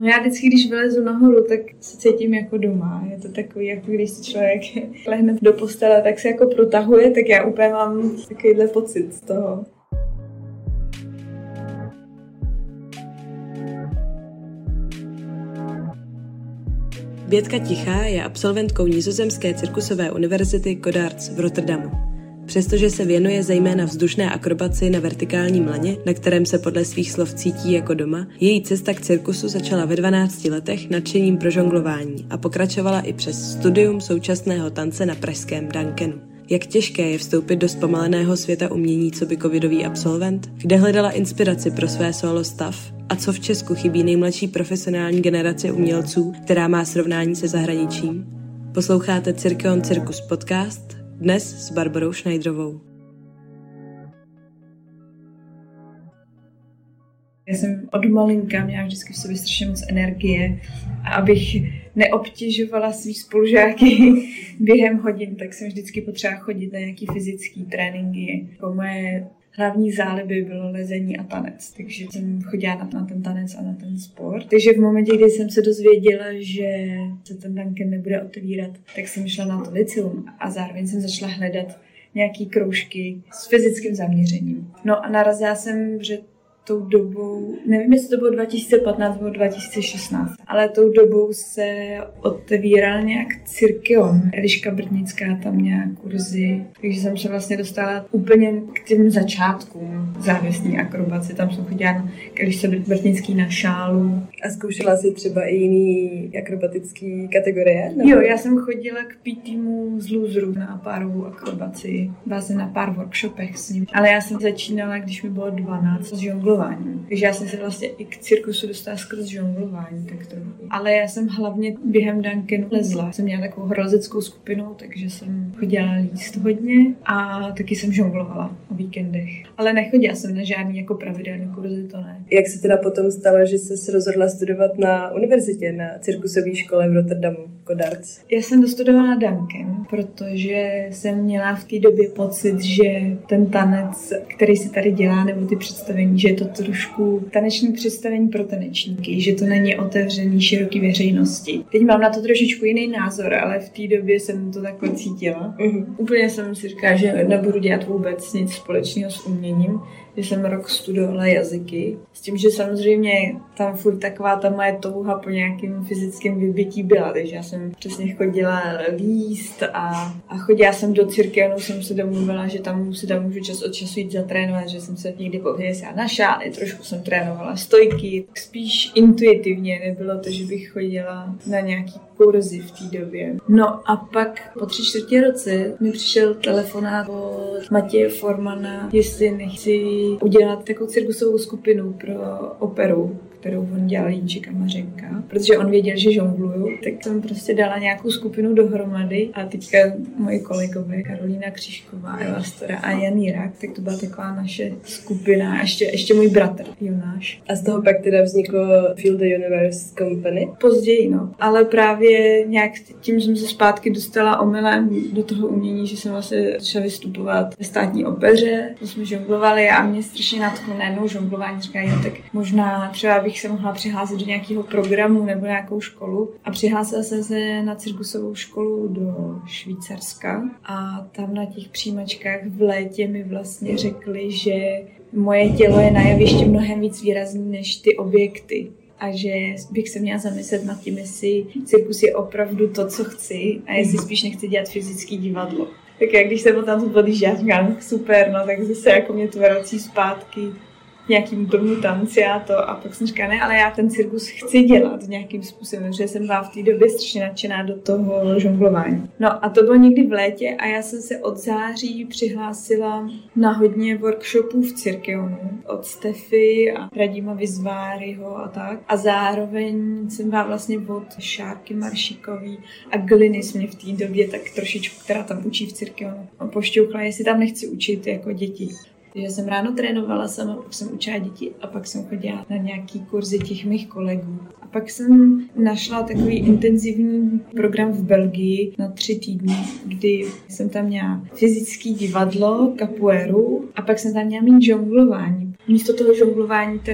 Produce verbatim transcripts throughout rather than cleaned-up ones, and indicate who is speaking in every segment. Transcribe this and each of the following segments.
Speaker 1: No já vždycky, když vylezu nahoru, tak se cítím jako doma. Je to takový, jako když si člověk lehne do postele, tak se jako protahuje, tak já úplně mám takovýhle pocit z toho.
Speaker 2: Bětka Tichá je absolventkou Nizozemské cirkusové univerzity Codarts v Rotterdamu. Přestože se věnuje zejména vzdušné akrobaci na vertikálním laně, na kterém se podle svých slov cítí jako doma, její cesta k cirkusu začala ve dvanácti letech nadšením pro žonglování a pokračovala i přes studium současného tance na pražském Duncanu. Jak těžké je vstoupit do zpomaleného světa umění coby covidový absolvent, kde hledala inspiraci pro své solo stav a co v Česku chybí nejmladší profesionální generaci umělců, která má srovnání se zahraničím. Posloucháte Cirkeon Cirkus podcast, dnes s Barborou Schneiderovou.
Speaker 1: Já jsem od malinka měla vždycky v sobě strašně moc energie a abych neobtěžovala svý spolužáky během hodin, tak jsem vždycky potřeba chodit na nějaký fyzický tréninky. Jako moje hlavní záliby bylo lezení a tanec, takže jsem chodila na, na ten tanec a na ten sport. Takže v momentě, kdy jsem se dozvěděla, že se ten Duncan nebude otevírat, tak jsem šla na to lyceum a zároveň jsem začala hledat nějaký kroužky s fyzickým zaměřením. No a narazila jsem, že tou dobou, nevím, jestli to bylo dva tisíce patnáct nebo dva tisíce šestnáct, ale tou dobou se otevíral nějak Cirkeon. Eliška Brtnická tam měla kurzy, takže jsem se vlastně dostala úplně k těm začátkům závěsní akrobaci. Tam jsem chodila na Elišce Brtnický na šálu.
Speaker 2: A zkoušela jsi třeba i jiný akrobatický kategorie?
Speaker 1: Nebo? Jo, já jsem chodila k pé týmu z Loserů na párovou akrobaci. Byla jsem na pár workshopech s ním. Ale já jsem začínala, když mi bylo dvanáct, s žonglování. Takže já jsem se vlastně i k cirkusu dostala skrz žonglování, tak trochu. Ale já jsem hlavně během Duncanu lezla. Jsem měla takovou hrozeckou skupinu, takže jsem chodila líst hodně a taky jsem žonglovala o víkendech. Ale nechodila jsem na žádný jako pravidelný kurzy, to ne.
Speaker 2: Jak se teda potom stalo, že jsi rozhodla studovat na univerzitě, na cirkusové škole v Rotterdamu, Codarts?
Speaker 1: Já jsem dostudovala Duncan, protože jsem měla v té době pocit, že ten tanec, který se tady dělá, nebo ty představení, že je to trošku taneční představení pro tanečníky, že to není otevřený široký veřejnosti. Teď mám na to trošičku jiný názor, ale v té době jsem to takhle cítila. Uh-huh. Úplně jsem si říkala, že nebudu dělat vůbec nic společného s uměním, že jsem rok studovala jazyky. S tím, že samozřejmě tam furt taková ta moje touha po nějakém fyzickém vybytí byla, takže já jsem přesně chodila líst a, a chodila jsem do Cirkeonu, jsem se domluvila, že tam si tam můžu čas od času jít zatrénovat, že jsem se někdy pověsila na šály, trošku jsem trénovala stojky, spíš intuitivně, nebylo to, že bych chodila na nějaký kurzy v té době. No a pak po tři čtvrtě roce mi přišel telefonát od Matěje Formana, jestli nechci udělat takovou cirkusovou skupinu pro operu, kterou on dělal Jínček a Mařenka, protože on věděl, že žongluju, tak jsem prostě dala nějakou skupinu dohromady a teďka moji kolegové Karolína Křížková, Eva Stora a Jan Jirák, tak to byla taková naše skupina a ještě, ještě můj bratr Jonáš.
Speaker 2: A z toho pak teda vzniklo Feel the Universe Company?
Speaker 1: Později, no. Ale právě nějak tím jsem se zpátky dostala omylem do toho umění, že jsem vlastně začala vystupovat ve státní opeře, to jsme žonglovali a mě strašně nadchlo najednou žonglování, říkají, no tak možná třeba bych se mohla přihlásit do nějakého programu nebo nějakou školu a přihlásila jsem se na cirkusovou školu do Švýcarska a tam na těch přijímačkách v létě mi vlastně řekli, že moje tělo je na jevišti mnohem víc výrazný než ty objekty a že bych se měla zamyslet nad tím, jestli cirkus je opravdu to, co chci a jestli spíš nechci dělat fyzický divadlo. Tak jak když se potom tu podížděla, říkám, super, no tak zase jako mě to vrací zpátky nějakým tomu tanci a to a pak jsem říkala, ne, ale já ten cirkus chci dělat nějakým způsobem, protože jsem byla v té době strašně nadšená do toho žonglování. No a to bylo někdy v létě a já jsem se od září přihlásila na hodně workshopů v Cirkeonu od Stefy a Radima Vizváryho a tak. A zároveň jsem byla vlastně od Šárky Maršíkový a Glinis mě v té době tak trošičku, která tam učí v Cirkeonu, pošťouchla, jestli tam nechci učit jako děti. Takže jsem ráno trénovala sama, pak jsem učila děti a pak jsem chodila na nějaký kurzy těch mých kolegů. A pak jsem našla takový intenzivní program v Belgii na tři týdny, kdy jsem tam měla fyzický divadlo, capoeiru a pak jsem tam měla mít žonglování. Místo toho žonglování ten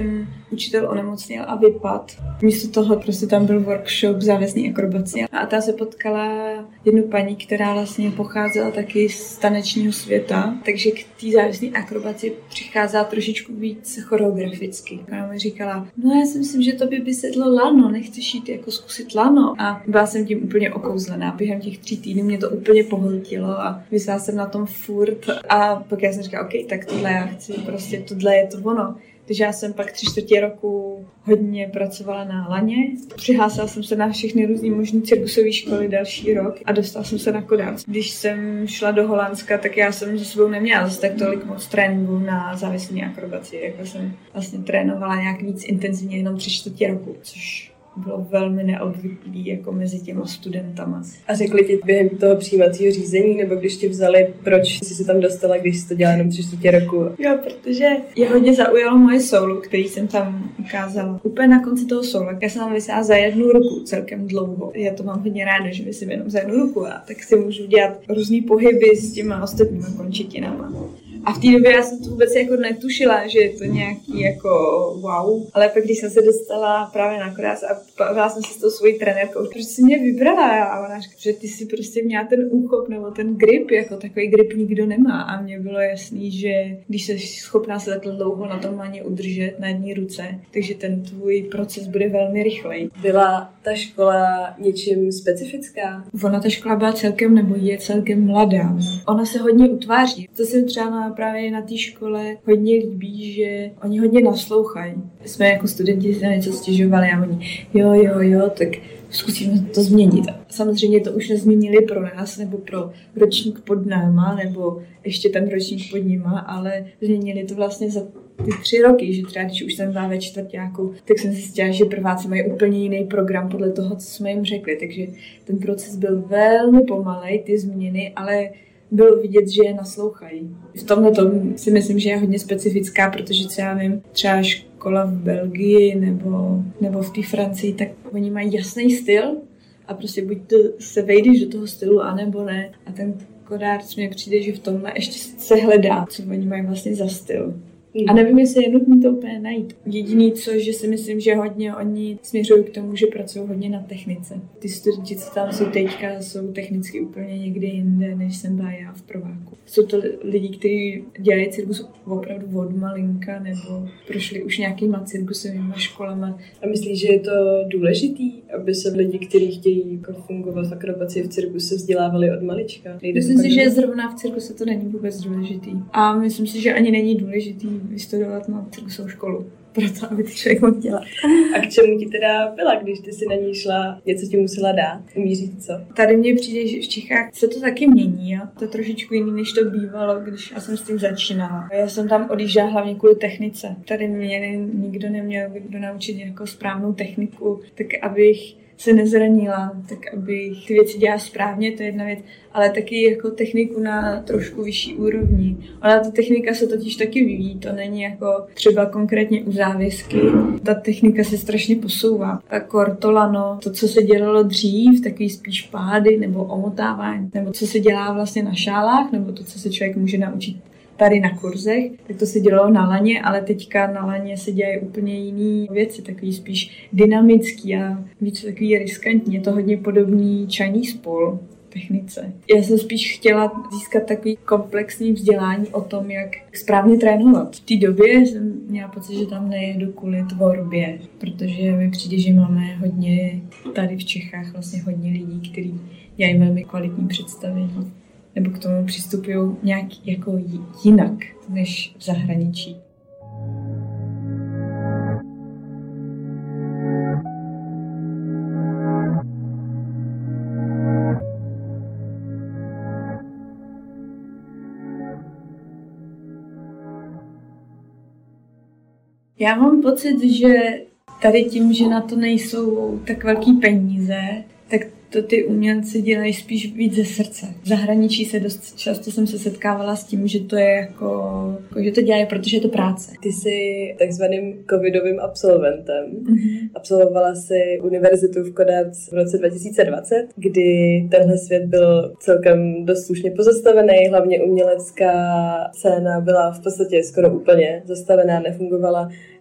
Speaker 1: učitel onemocněl a vypadl. Místo toho prostě tam byl workshop závesný akrobacie a ta se potkala jednu paní, která vlastně pocházela taky z tanečního světa, takže k té závesné akrobaci přicházela trošičku víc choreograficky. Ona mi říkala, no já si myslím, že tobě by sedlo lano, nechceš jít jako zkusit lano. A byla jsem tím úplně okouzlená. Během těch tří týdnů mě to úplně pohltilo a myslela jsem na tom furt. A pak já jsem říkala, OK, tak tohle já chci, prostě tohle je to ono. Takže já jsem pak tři čtvrtě roku hodně pracovala na laně. Přihlásila jsem se na všechny různý možný cirkusové školy další rok a dostala jsem se na Kodárc. Když jsem šla do Holandska, tak já jsem za sebou neměla zase tak tolik moc tréninku na závislé akrobaci. Jako jsem vlastně trénovala nějak víc intenzivně jenom tři čtvrtě roku, což bylo velmi neobvyklý jako mezi těma studentama.
Speaker 2: A řekli ti během toho přijímacího řízení, nebo když tě vzali, proč jsi se tam dostala, když jsi to dělala jenom tři čtvrtě roku?
Speaker 1: Jo, protože je hodně zaujalo moje solo, který jsem tam ukázala. Úplně na konci toho solo, já jsem tam vysela za jednu ruku celkem dlouho. Já to mám hodně ráda, že vysím jenom za jednu ruku a tak si můžu dělat různý pohyby s těma ostatníma končetinama. A v té době já jsem to vůbec jako netušila, že je to nějaký jako wow. Ale pak když jsem se dostala právě na Kodárc a bavila jsem se s tou svojí trenérkou, proč jsi mě vybrala? A ona řekla, že ty si prostě měla ten úchop nebo ten grip, jako takový grip nikdo nemá. A mně bylo jasný, že když jsi schopná se takhle dlouho na tom laně udržet na jedné ruce, takže ten tvůj proces bude velmi rychlej.
Speaker 2: Byla ta škola něčím specifická?
Speaker 1: Ona ta škola byla celkem nebo je celkem mladá. Ona se hodně utváří. To jsem třeba na právě na té škole hodně líbí, že oni hodně naslouchají. Jsme jako studenti si na něco stěžovali a oni jo, jo, jo, tak zkusíme to změnit. Samozřejmě to už nezměnili pro nás, nebo pro ročník pod náma, nebo ještě ten ročník pod nima, ale změnili to vlastně za ty tři roky, že třeba když už jsem byla ve čtvrťáku, tak jsem zjistila, že prváci mají úplně jiný program podle toho, co jsme jim řekli, takže ten proces byl velmi pomalej, ty změny, ale bylo vidět, že je naslouchají. V tomhle tom si myslím, že je hodně specifická, protože co já vím, třeba škola v Belgii nebo, nebo v té Francii, tak oni mají jasný styl a prostě buď to se vejdeš do toho stylu, anebo ne. A ten Kodárc mi přijde, že v tomhle ještě se hledá, co oni mají vlastně za styl. A nevím, jestli je nutné to úplně najít. Jediný co, že si myslím, že hodně oni směřují k tomu, že pracují hodně na technice. Ty studenti, co tam jsou teďka, jsou technicky úplně někde jinde, než jsem byla já v prváku. Jsou to lidi, kteří dělají cirkus opravdu od malinka, nebo prošli už nějakýma cirkusovými školama.
Speaker 2: A myslíš, že je to důležitý, aby se lidi, kteří chtějí jako fungovat v akrobaci v cirkuse, vzdělávali od malička? Nejde
Speaker 1: myslím si, že zrovna v cirkuse to není vůbec důležitý. A myslím si, že ani není důležitý vystudovat na cirkusovou školu, proto aby ty člověk mohl dělat.
Speaker 2: A k čemu ti teda byla, když ty si na ní šla, něco ti musela dát? Umíš říct co?
Speaker 1: Tady mně přijde, že v Čechách se to taky mění, jo? To je trošičku jiný, než to bývalo, když já jsem s tím začínala. Já jsem tam odjížděla hlavně kvůli technice. Tady mě nikdo neměl kdo naučit jako správnou techniku, tak abych se nezranila, tak abych ty věci dělala správně, to je jedna věc, ale taky jako techniku na trošku vyšší úrovni. Ona ta technika se totiž taky vyvíjí, to není jako třeba konkrétně u závěsky. Ta technika se strašně posouvá. Ta kortolano, to, co se dělalo dřív, takový spíš pády nebo omotávání, nebo co se dělá vlastně na šálách, nebo to, co se člověk může naučit tady na kurzech, tak to se dělalo na laně, ale teďka na laně se dělají úplně jiné věci, takový spíš dynamický a víc takový riskantní. Je to hodně podobný Chinese pole technice. Já jsem spíš chtěla získat takový komplexní vzdělání o tom, jak správně trénovat. V té době jsem měla pocit, že tam nejedu kvůli tvorbě, protože mi přijde, že máme hodně tady v Čechách vlastně hodně lidí, kteří dělají velmi kvalitní představení. Nebo k tomu přistupují nějak jako jinak než v zahraničí. Já mám pocit, že tady tím, že na to nejsou tak velký peníze, tak to ty umělci dělají spíš víc ze srdce. V zahraničí se dost často jsem se setkávala s tím, že to je jako, jako že to dělají, protože je to práce.
Speaker 2: Ty jsi takzvaným covidovým absolventem.
Speaker 1: Mm-hmm.
Speaker 2: Absolvovala jsi univerzitu v Kodárc v roce dva tisíce dvacet, kdy tenhle svět byl celkem dost slušně pozastavený, hlavně umělecká scéna byla v podstatě skoro úplně zastavená, nefungovala.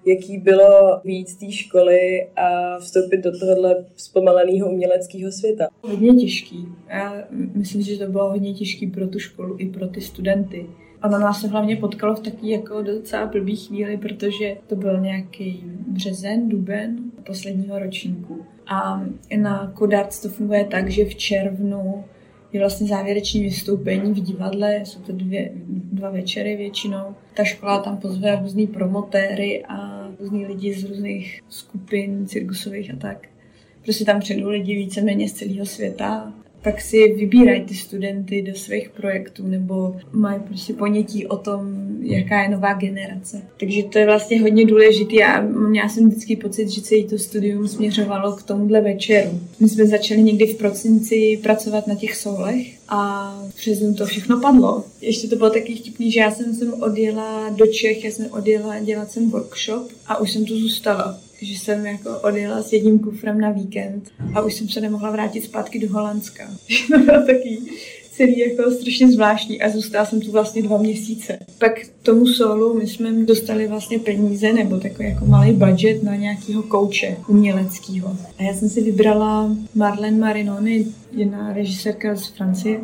Speaker 2: Jaký bylo vyjít z té školy a vstoupit do tohohle zpomaleného uměleckého světa?
Speaker 1: Hodně těžký. Já myslím, že to bylo hodně těžký pro tu školu i pro ty studenty. A na nás se hlavně potkalo v takové jako docela blbý chvíli, protože to byl nějaký březen, duben posledního ročníku. A na Codarts to funguje tak, že v červnu je vlastně závěrečné vystoupení v divadle, jsou to dvě, dva večery většinou. Ta škola tam pozve různý promotéry a různý lidi z různých skupin cirkusových a tak. Prostě tam přijdou lidi víceméně z celého světa. Pak si vybírají ty studenty do svých projektů nebo mají prostě ponětí o tom, jaká je nová generace. Takže to je vlastně hodně důležité a měla jsem vždycky pocit, že celé to studium směřovalo k tomuhle večeru. My jsme začali někdy v prosinci pracovat na těch soulech a přes to všechno padlo. Ještě to bylo taky vtipný, že já jsem sem odjela do Čech, já jsem odjela dělat jsem workshop a už jsem tu zůstala. že jsem jako odjela s jedním kufrem na víkend a už jsem se nemohla vrátit zpátky do Holandska. To bylo taky celý jako strašně zvláštní a zůstala jsem tu vlastně dva měsíce. Pak tomu solu my jsme dostali vlastně peníze nebo takový jako malý budget na nějakýho kouče uměleckýho. A já jsem si vybrala Marlène Marinoni, jedna režisérka z Francie.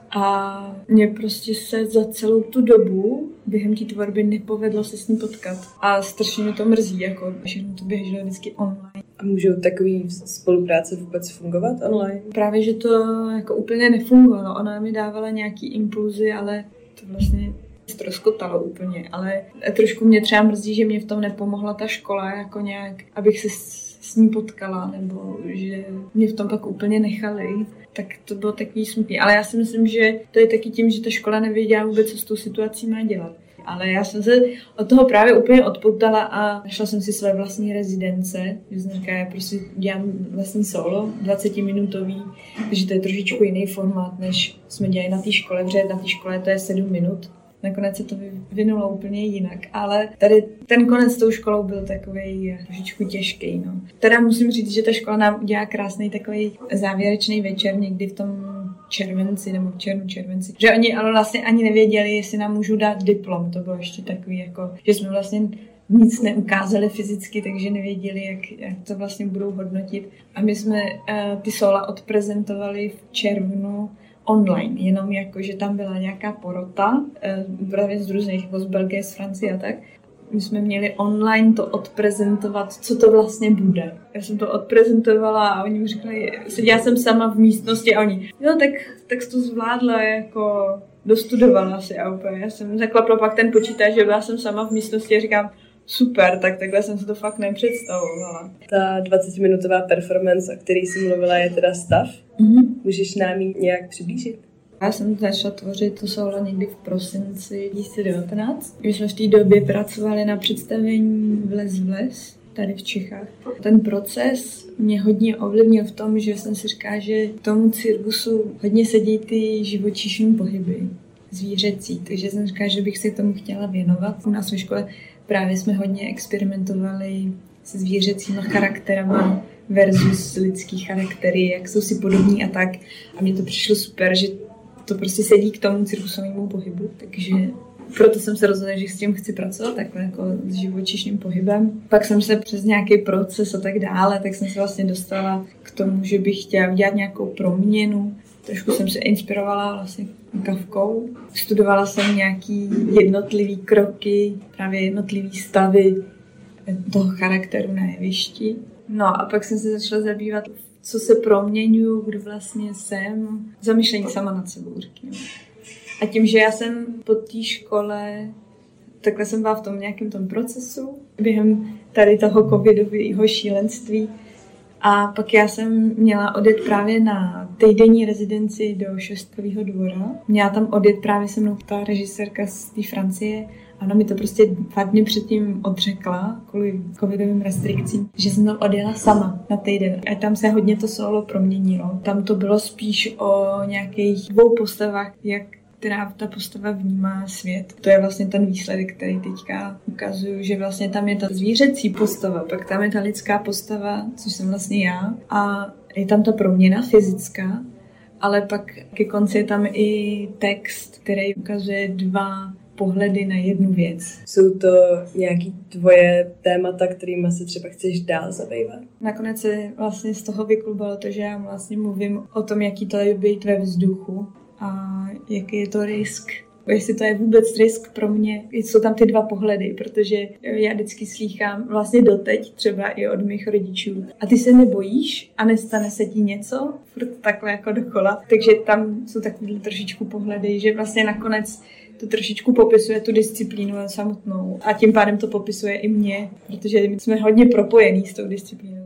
Speaker 1: A mě prostě se za celou tu dobu během té tvorby nepovedlo se s ní potkat. A strašně mě to mrzí, jako všechno to běželo vždycky online.
Speaker 2: A můžou takový spolupráce vůbec fungovat online?
Speaker 1: Právě, že to jako úplně nefungovalo. Ona mi dávala nějaký impulzy, ale to vlastně ztroskotalo úplně. Ale trošku mě třeba mrzí, že mě v tom nepomohla ta škola, jako nějak, abych se s ní potkala, nebo že mě v tom pak úplně nechali. Tak to bylo takový smutný. Ale já si myslím, že to je taky tím, že ta škola nevěděla vůbec, co s tou situací má dělat. Ale já jsem se od toho právě úplně odpoutala a našla jsem si své vlastní rezidence. Že jsem říkala, já prostě dělám vlastní solo, dvacetiminutový, takže to je trošičku jiný formát, než jsme dělali na té škole, protože na té škole to je sedm minut. Nakonec se to vyvinulo úplně jinak, ale tady ten konec s tou školou byl takovej trošičku těžký. No. Teda musím říct, že ta škola nám udělá krásný takový závěrečný večer někdy v tom červenci nebo v červnu červenci. Že oni ale vlastně ani nevěděli, jestli nám můžou dát diplom. To bylo ještě takový, jako, že jsme vlastně nic neukázali fyzicky, takže nevěděli, jak, jak to vlastně budou hodnotit. A my jsme uh, ty sola odprezentovali v červnu online, jenom jako, že tam byla nějaká porota, právě z různých, jako z Belgie, z Francie a tak. My jsme měli online to odprezentovat, co to vlastně bude. Já jsem to odprezentovala a oni mi řekli, seděla jsem sama v místnosti a oni, no tak, tak jsi to zvládla, jako dostudovala si a úplně. Já jsem zaklapla pak ten počítač, že byla jsem sama v místnosti a říkám, super, tak takhle jsem si to fakt nepředstavovala.
Speaker 2: Ta dvacetiminutová performance, o který jsi mluvila, je teda stav.
Speaker 1: Mm-hmm.
Speaker 2: Můžeš nám ji nějak přiblížit?
Speaker 1: Já jsem začala tvořit to solo někdy v prosinci dva tisíce devatenáct. My jsme v té době pracovali na představení Vlez vlez, tady v Čechách. Ten proces mě hodně ovlivnil v tom, že jsem si říkala, že tomu cirkusu hodně sedí ty živočišní pohyby, zvířecí. Takže jsem říkala, že bych se tomu chtěla věnovat. U nás ve škole právě jsme hodně experimentovali se zvířecíma charakterama versus lidský charaktery, jak jsou si podobní a tak. A mně to přišlo super, že to prostě sedí k tomu cirkusovému pohybu, takže proto jsem se rozhodla, že s tím chci pracovat, takhle jako s živočišným pohybem. Pak jsem se přes nějaký proces a tak dále, tak jsem se vlastně dostala k tomu, že bych chtěla udělat nějakou proměnu. Trošku jsem se inspirovala vlastně Kafkou. Studovala jsem nějaký jednotlivý kroky, právě jednotlivý stavy toho charakteru na jevišti. No a pak jsem se začala zabývat, co se proměňuju, kdo vlastně jsem. Zamyšlení sama nad sebou, řekněme. A tím, že já jsem po té škole, takhle jsem byla v tom nějakém tom procesu, během tady toho covidového šílenství. A pak já jsem měla odjet právě na týdenní rezidenci do Švestkového dvora. Měla tam odjet právě se mnou ta režisérka z té Francie. Ona mi to prostě dva dny předtím odřekla kvůli covidovým restrikcím, že jsem tam odjela sama na týden. A tam se hodně to solo proměnilo. Tam to bylo spíš o nějakých dvou postavách, jak která ta postava vnímá svět. To je vlastně ten výsledek, který teďka ukazuju, že vlastně tam je ta zvířecí postava, pak tam je ta lidská postava, což jsem vlastně já, a je tam ta proměna fyzická, ale pak ke konci je tam i text, který ukazuje dva pohledy na jednu věc.
Speaker 2: Jsou to nějaký tvoje témata, kterými se třeba chceš dál zabývat?
Speaker 1: Nakonec se vlastně z toho vyklubalo to, že já vlastně mluvím o tom, jaký to je být ve vzduchu a jaký je to risk. Jestli to je vůbec risk pro mě. Jsou tam ty dva pohledy, protože já vždycky slýchám vlastně doteď třeba i od mých rodičů. A ty se nebojíš a nestane se ti něco? Furt takhle jako dokola. Takže tam jsou takové trošičku pohledy, že vlastně nakonec to trošičku popisuje tu disciplínu samotnou. A tím pádem to popisuje i mě, protože my jsme hodně propojení s tou disciplínou.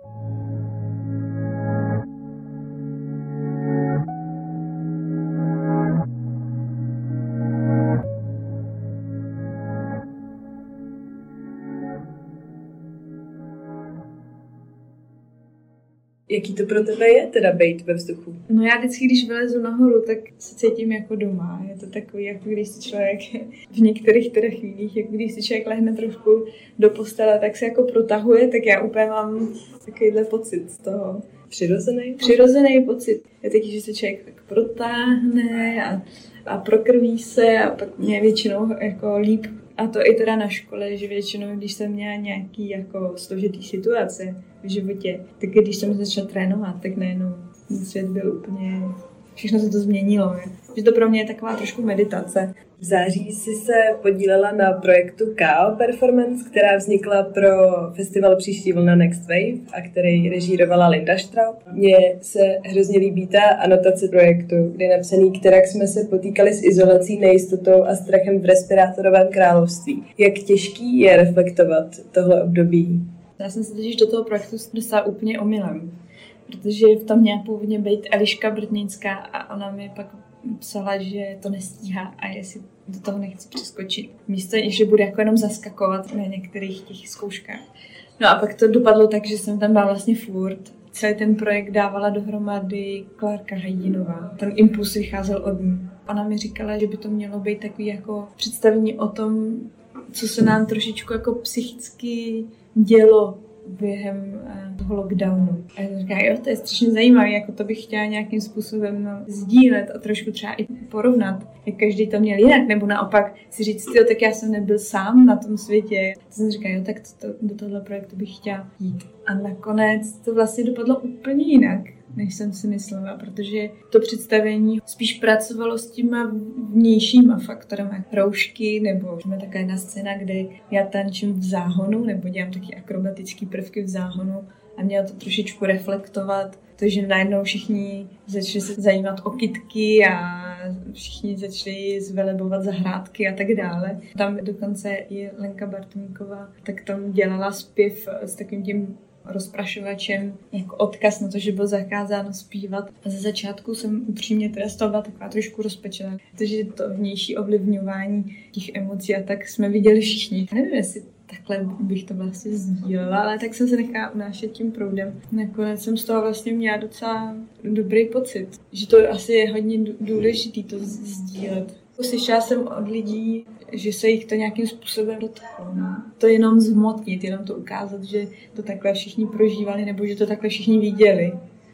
Speaker 2: Jaký to pro tebe je teda být ve vzduchu?
Speaker 1: No já vždycky, když vylezu nahoru, tak se cítím jako doma. Je to takový, jako když si člověk v některých teda chvílích, jako když si člověk lehne trošku do postele, tak se jako protahuje, tak já úplně mám takovýhle pocit z toho.
Speaker 2: Přirozený?
Speaker 1: Přirozený pocit. Je taky, že se člověk tak protáhne a, a prokrví se a pak mě většinou jako líp. A to i teda na škole, že většinou, když jsem měla nějaký jako složitý situace v životě, tak když jsem začala trénovat, tak najednou svět byl úplně, všechno se to změnilo. Je. Že to pro mě je taková trošku meditace.
Speaker 2: V září si se podílela na projektu K O Performance, která vznikla pro festival Příští vlna Next Wave a který režírovala Linda Straub. Mně se hrozně líbí ta anotace projektu, kde je napsaný, kterak jsme se potýkali s izolací, nejistotou a strachem v respirátorovém království. Jak těžký je reflektovat tohle období?
Speaker 1: Já jsem se totiž do toho projektu dostala úplně omylem, protože v tom měla původně být Eliška Brdnická a ona mi pak psala, že to nestíhá a jestli do toho nechci přeskočit. Místo, že bude jako jenom zaskakovat na některých těch zkouškách. No a pak to dopadlo tak, že jsem tam byla vlastně furt. Celý ten projekt dávala dohromady Klárka Hajdinová. Ten impuls vycházel od ní. Ona mi říkala, že by to mělo být takový jako představení o tom, co se nám trošičku jako psychicky dělo během toho lockdownu. A já říkám, jo, to je strašně zajímavé, jako to bych chtěla nějakým způsobem sdílet a trošku třeba i porovnat, jak každý to měl jinak, nebo naopak si říct, jo, tak já jsem nebyl sám na tom světě. To jsem říkala, jo, tak to, to, do tohle projektu bych chtěla jít. A nakonec to vlastně dopadlo úplně jinak, než jsem si myslela, protože to představení spíš pracovalo s těma vnějšíma faktorama, roušky, nebo jsme taková jedna scéna, kde já tančím v záhonu, nebo dělám taky akrobatické prvky v záhonu a mělo to trošičku reflektovat, to, že najednou všichni začali se zajímat o kytky a všichni začali zvelebovat zahrádky a tak dále. Tam dokonce i Lenka Bartníková, tak tam dělala zpěv s takým tím rozprašovačem jako odkaz na to, že bylo zakázáno zpívat. A ze začátku jsem upřímně teda z toho byla taková trošku rozpečená, protože to vnější ovlivňování těch emocí a tak jsme viděli všichni. Nevím, jestli takhle bych to vlastně sdílela, ale tak jsem se nechala unášet tím proudem. Nakonec jsem z toho vlastně měla docela dobrý pocit, že to asi je hodně důležitý to sdílet. Slyšela jsem od lidí, že se jich to nějakým způsobem dotklo. To jenom zhmotnit, jenom to ukázat, že to takhle všichni prožívali nebo že to takhle všichni viděli.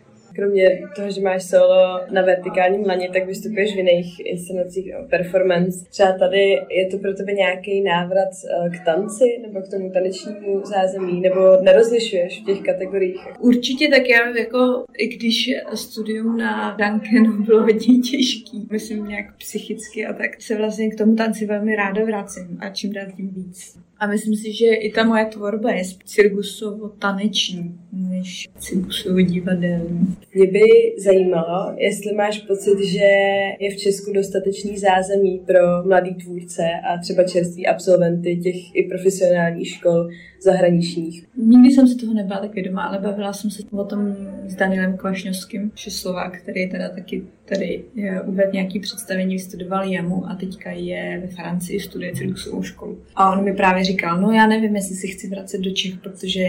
Speaker 2: Kromě toho, že máš solo na Vertikálním laně, tak vystupuješ v jiných inscenacích o performance. Třeba tady je to pro tebe nějaký návrat k tanci nebo k tomu tanečnímu zázemí, nebo nerozlišuješ v těch kategoriích?
Speaker 1: Určitě tak já, jako i když studium na Duncanu bylo hodně těžký, myslím nějak psychicky a tak, se vlastně k tomu tanci velmi ráda vracím a čím dál tím víc. A myslím si, že i ta moje tvorba je cirkusovo-taneční než cirkusovo-divadelní.
Speaker 2: Mě by zajímalo, jestli máš pocit, že je v Česku dostatečný zázemí pro mladý tvůrce a třeba čerství absolventy těch i profesionálních škol zahraničních.
Speaker 1: Nikdy jsem se toho nebyla tak vědomá, ale bavila jsem se o tom s Danielem Kvašňovským, Slovák, který teda taky tady uvedl nějaký představení, vystudoval jamu a teďka je ve Francii, studuje cirkusovou školu. A on mi právě říkal, no já nevím, jestli si chci vracet do Čech, protože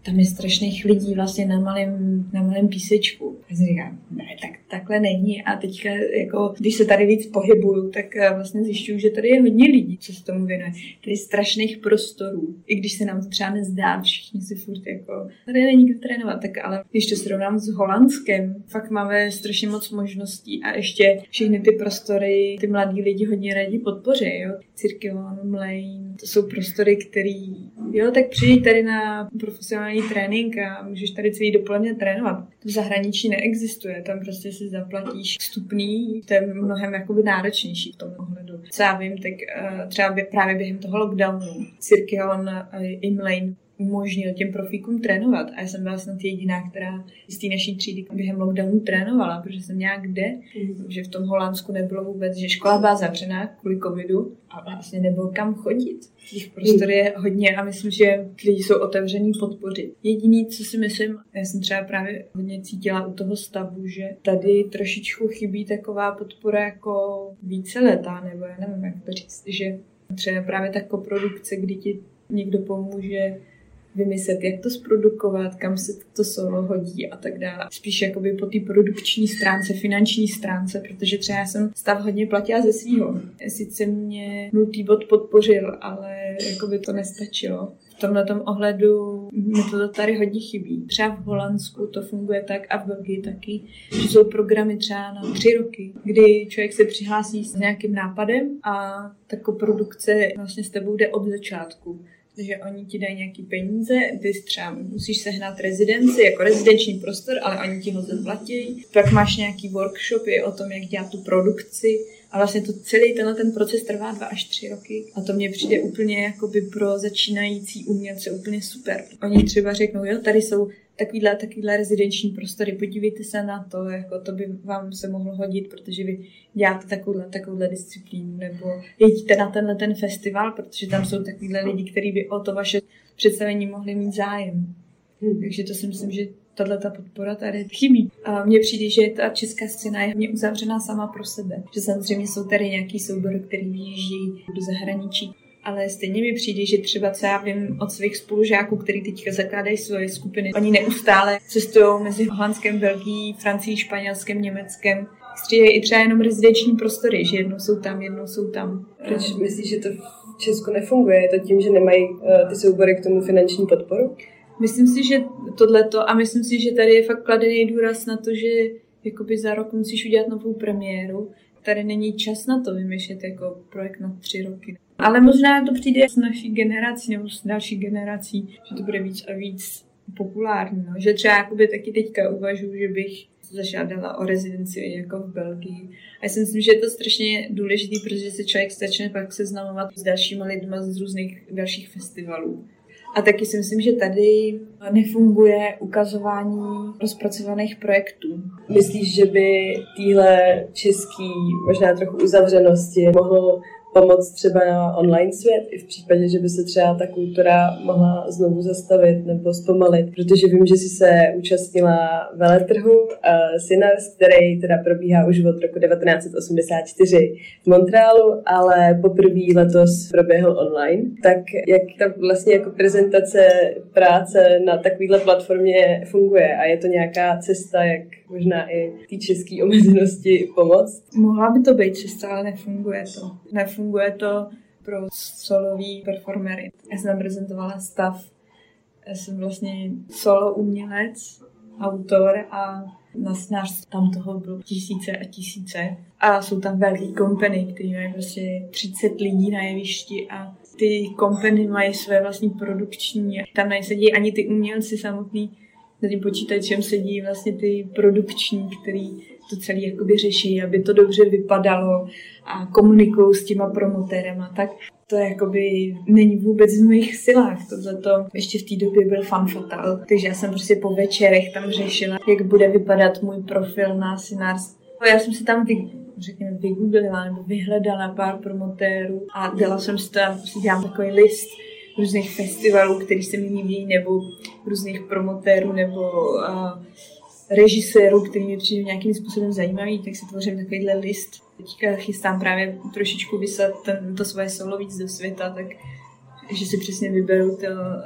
Speaker 1: tam je strašných lidí vlastně na malém, na malém písečku. Já si říkám, ne, tak, takhle není. A teďka, jako, když se tady víc pohybuju, tak vlastně zjišťuju, že tady je hodně lidí, co se tomu věnuje. Tady strašných prostorů. I když se nám to třeba nezdá, všichni si furt jako, tady není kde trénovat, tak ale když to srovnám s Holandskem, fakt máme strašně moc možností a ještě všechny ty prostory, ty mladí lidi hodně rádi podpoří, jo. Cirkelon, Mlejn, to jsou prostory, který, jo, tak přijď tady na profesionální trénink a můžeš tady celý dopoledne trénovat. To v zahraničí neexistuje, tam prostě si zaplatíš vstupný, to je mnohem jakoby náročnější v tom ohledu. Co já vím, tak třeba právě během toho lockdownu Cirkelon i Mlejn umožnil těm profíkům trénovat. A já jsem byla snad jediná, která z té naší třídy během lockdownu trénovala, protože jsem nějak kde, mm. že v tom Holandsku nebylo vůbec, že škola byla zavřená kvůli covidu a vlastně nebylo kam chodit. Těch prostor je hodně a myslím, že lidi jsou otevření podpořit. Jediný, co si myslím, já jsem třeba právě hodně cítila u toho stavu, že tady trošičku chybí taková podpora jako víceletá, nebo já nevím, jak to říct, že třeba právě ta koprodukce, kdy ti někdo pomůže vymyslet, jak to zprodukovat, kam se to solo hodí a tak dále. Spíš jakoby po té produkční stránce, finanční stránce, protože třeba já jsem stav hodně platila ze svýho. Sice mě nultý bod podpořil, ale jakoby to nestačilo. V tomhletom ohledu mi to tady hodně chybí. Třeba v Holandsku to funguje tak a v Belgii taky, že jsou programy třeba na tři roky, kdy člověk se přihlásí s nějakým nápadem a ta koprodukce vlastně s tebou jde od začátku. Takže oni ti dají nějaký peníze, ty třeba musíš sehnat rezidenci jako rezidenční prostor, ale oni ti ho zaplatí. Pak máš nějaký workshopy o tom, jak dělat tu produkci a vlastně to celý tenhle ten proces trvá dva až tři roky. A to mně přijde úplně jakoby pro začínající umělce úplně super. Oni třeba řeknou, jo, tady jsou takovýhle, takovýhle rezidenční prostory, podívejte se na to, jako to by vám se mohlo hodit, protože vy děláte takovouhle, takovouhle disciplínu, nebo jeďte na tenhle ten festival, protože tam jsou takovýhle lidi, kteří by o to vaše představení mohli mít zájem. Hmm. Takže to si myslím, že tato podpora tady chybí. A mně přijde, že ta česká scéna je hodně uzavřená sama pro sebe. Že samozřejmě jsou tady nějaký soubory, který vyjíždí do zahraničí. Ale stejně mi přijde, že třeba co já vím od svých spolužáků, kteří teďka zakládají svoje skupiny, oni neustále cestují mezi Holandskem, Belgií, Francií, Španělskem, Německem. Střídají i třeba jenom rezidenční prostory, že jednou jsou tam, jednou jsou tam.
Speaker 3: Proč myslíš, že to v Česku nefunguje? Je to tím, že nemají uh, ty soubory k tomu finanční podporu?
Speaker 1: Myslím si, že tohleto a myslím si, že tady je fakt kladený důraz na to, že jakoby za rok musíš udělat novou premiéru. Tady není čas na to vymýšlet jako projekt na tři roky. Ale možná to přijde s naší generací nebo s další generací, že to bude víc a víc populární. No. Že třeba jakoby taky teďka uvažuji, že bych zažádala o rezidenci jako v Belgii. A já si myslím, že je to strašně důležité, protože se člověk začne pak seznamovat s dalšíma lidma z různých dalších festivalů. A taky si myslím, že tady nefunguje ukazování rozpracovaných projektů.
Speaker 3: Myslíš, že by týhle český, možná trochu uzavřenosti mohlo pomoct třeba na online svět i v případě, že by se třeba ta kultura mohla znovu zastavit nebo zpomalit, protože vím, že jsi se účastnila veletrhu uh, Synars, který teda probíhá už od roku devatenáct set osmdesát čtyři v Montrealu, ale poprvé letos proběhl online. Tak jak ta vlastně jako prezentace práce na takovéhle platformě funguje a je to nějaká cesta, jak možná i té české omezenosti pomoct?
Speaker 1: Mohla by to být cesta, ale nefunguje to. Nefunguje to pro solový performery. Já jsem tam prezentovala stav. Já jsem vlastně solo umělec, autor a na Synars tam toho bylo tisíce a tisíce. A jsou tam velký kompany, který mají prostě třicet lidí na jevišti a ty kompany mají své vlastní produkční. Tam nesedí ani ty umělci samotný, za tím počítačem sedí vlastně ty produkční, který to celé jakoby řeší, aby to dobře vypadalo a komunikují s těma promotérama, tak to jakoby není vůbec v mých silách. Tohleto ještě v té době byl fan fatal, takže já jsem prostě po večerech tam řešila, jak bude vypadat můj profil na Synars. Já jsem si tam vy, řekněme, vygooglila nebo vyhledala pár promotérů a dala jsem si tam, si dělám takový list různých festivalů, který se mi líbí, nebo různých promotérů, nebo uh, režisérů, který mě přijde nějakým způsobem zajímavý, tak si tvořím takovýhle list. Teďka chystám právě trošičku vyslat ten, to svoje solo víc do světa, tak že si přesně vyberu to,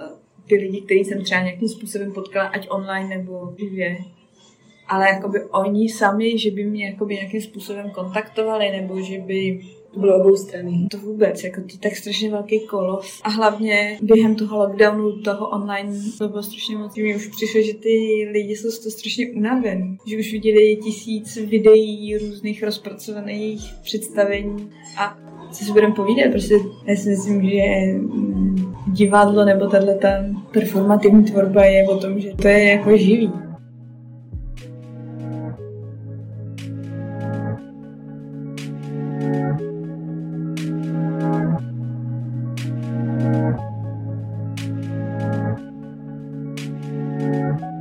Speaker 1: ty lidi, který jsem třeba nějakým způsobem potkala, ať online nebo živě. Ale jakoby oni sami, že by mě jakoby nějakým způsobem kontaktovali, nebo že by...
Speaker 3: To bylo obou strany.
Speaker 1: To vůbec, jako to je tak strašně velký kolos. A hlavně během toho lockdownu, toho online, to bylo strašně moc. Mi už přišlo, že ty lidi jsou z toho strašně unavený. Že už viděli tisíc videí, různých rozpracovaných představení. A co si budeme povídat, prostě já si myslím, že divadlo nebo tato performativní tvorba je o tom, že to je jako živý.
Speaker 4: Thank you.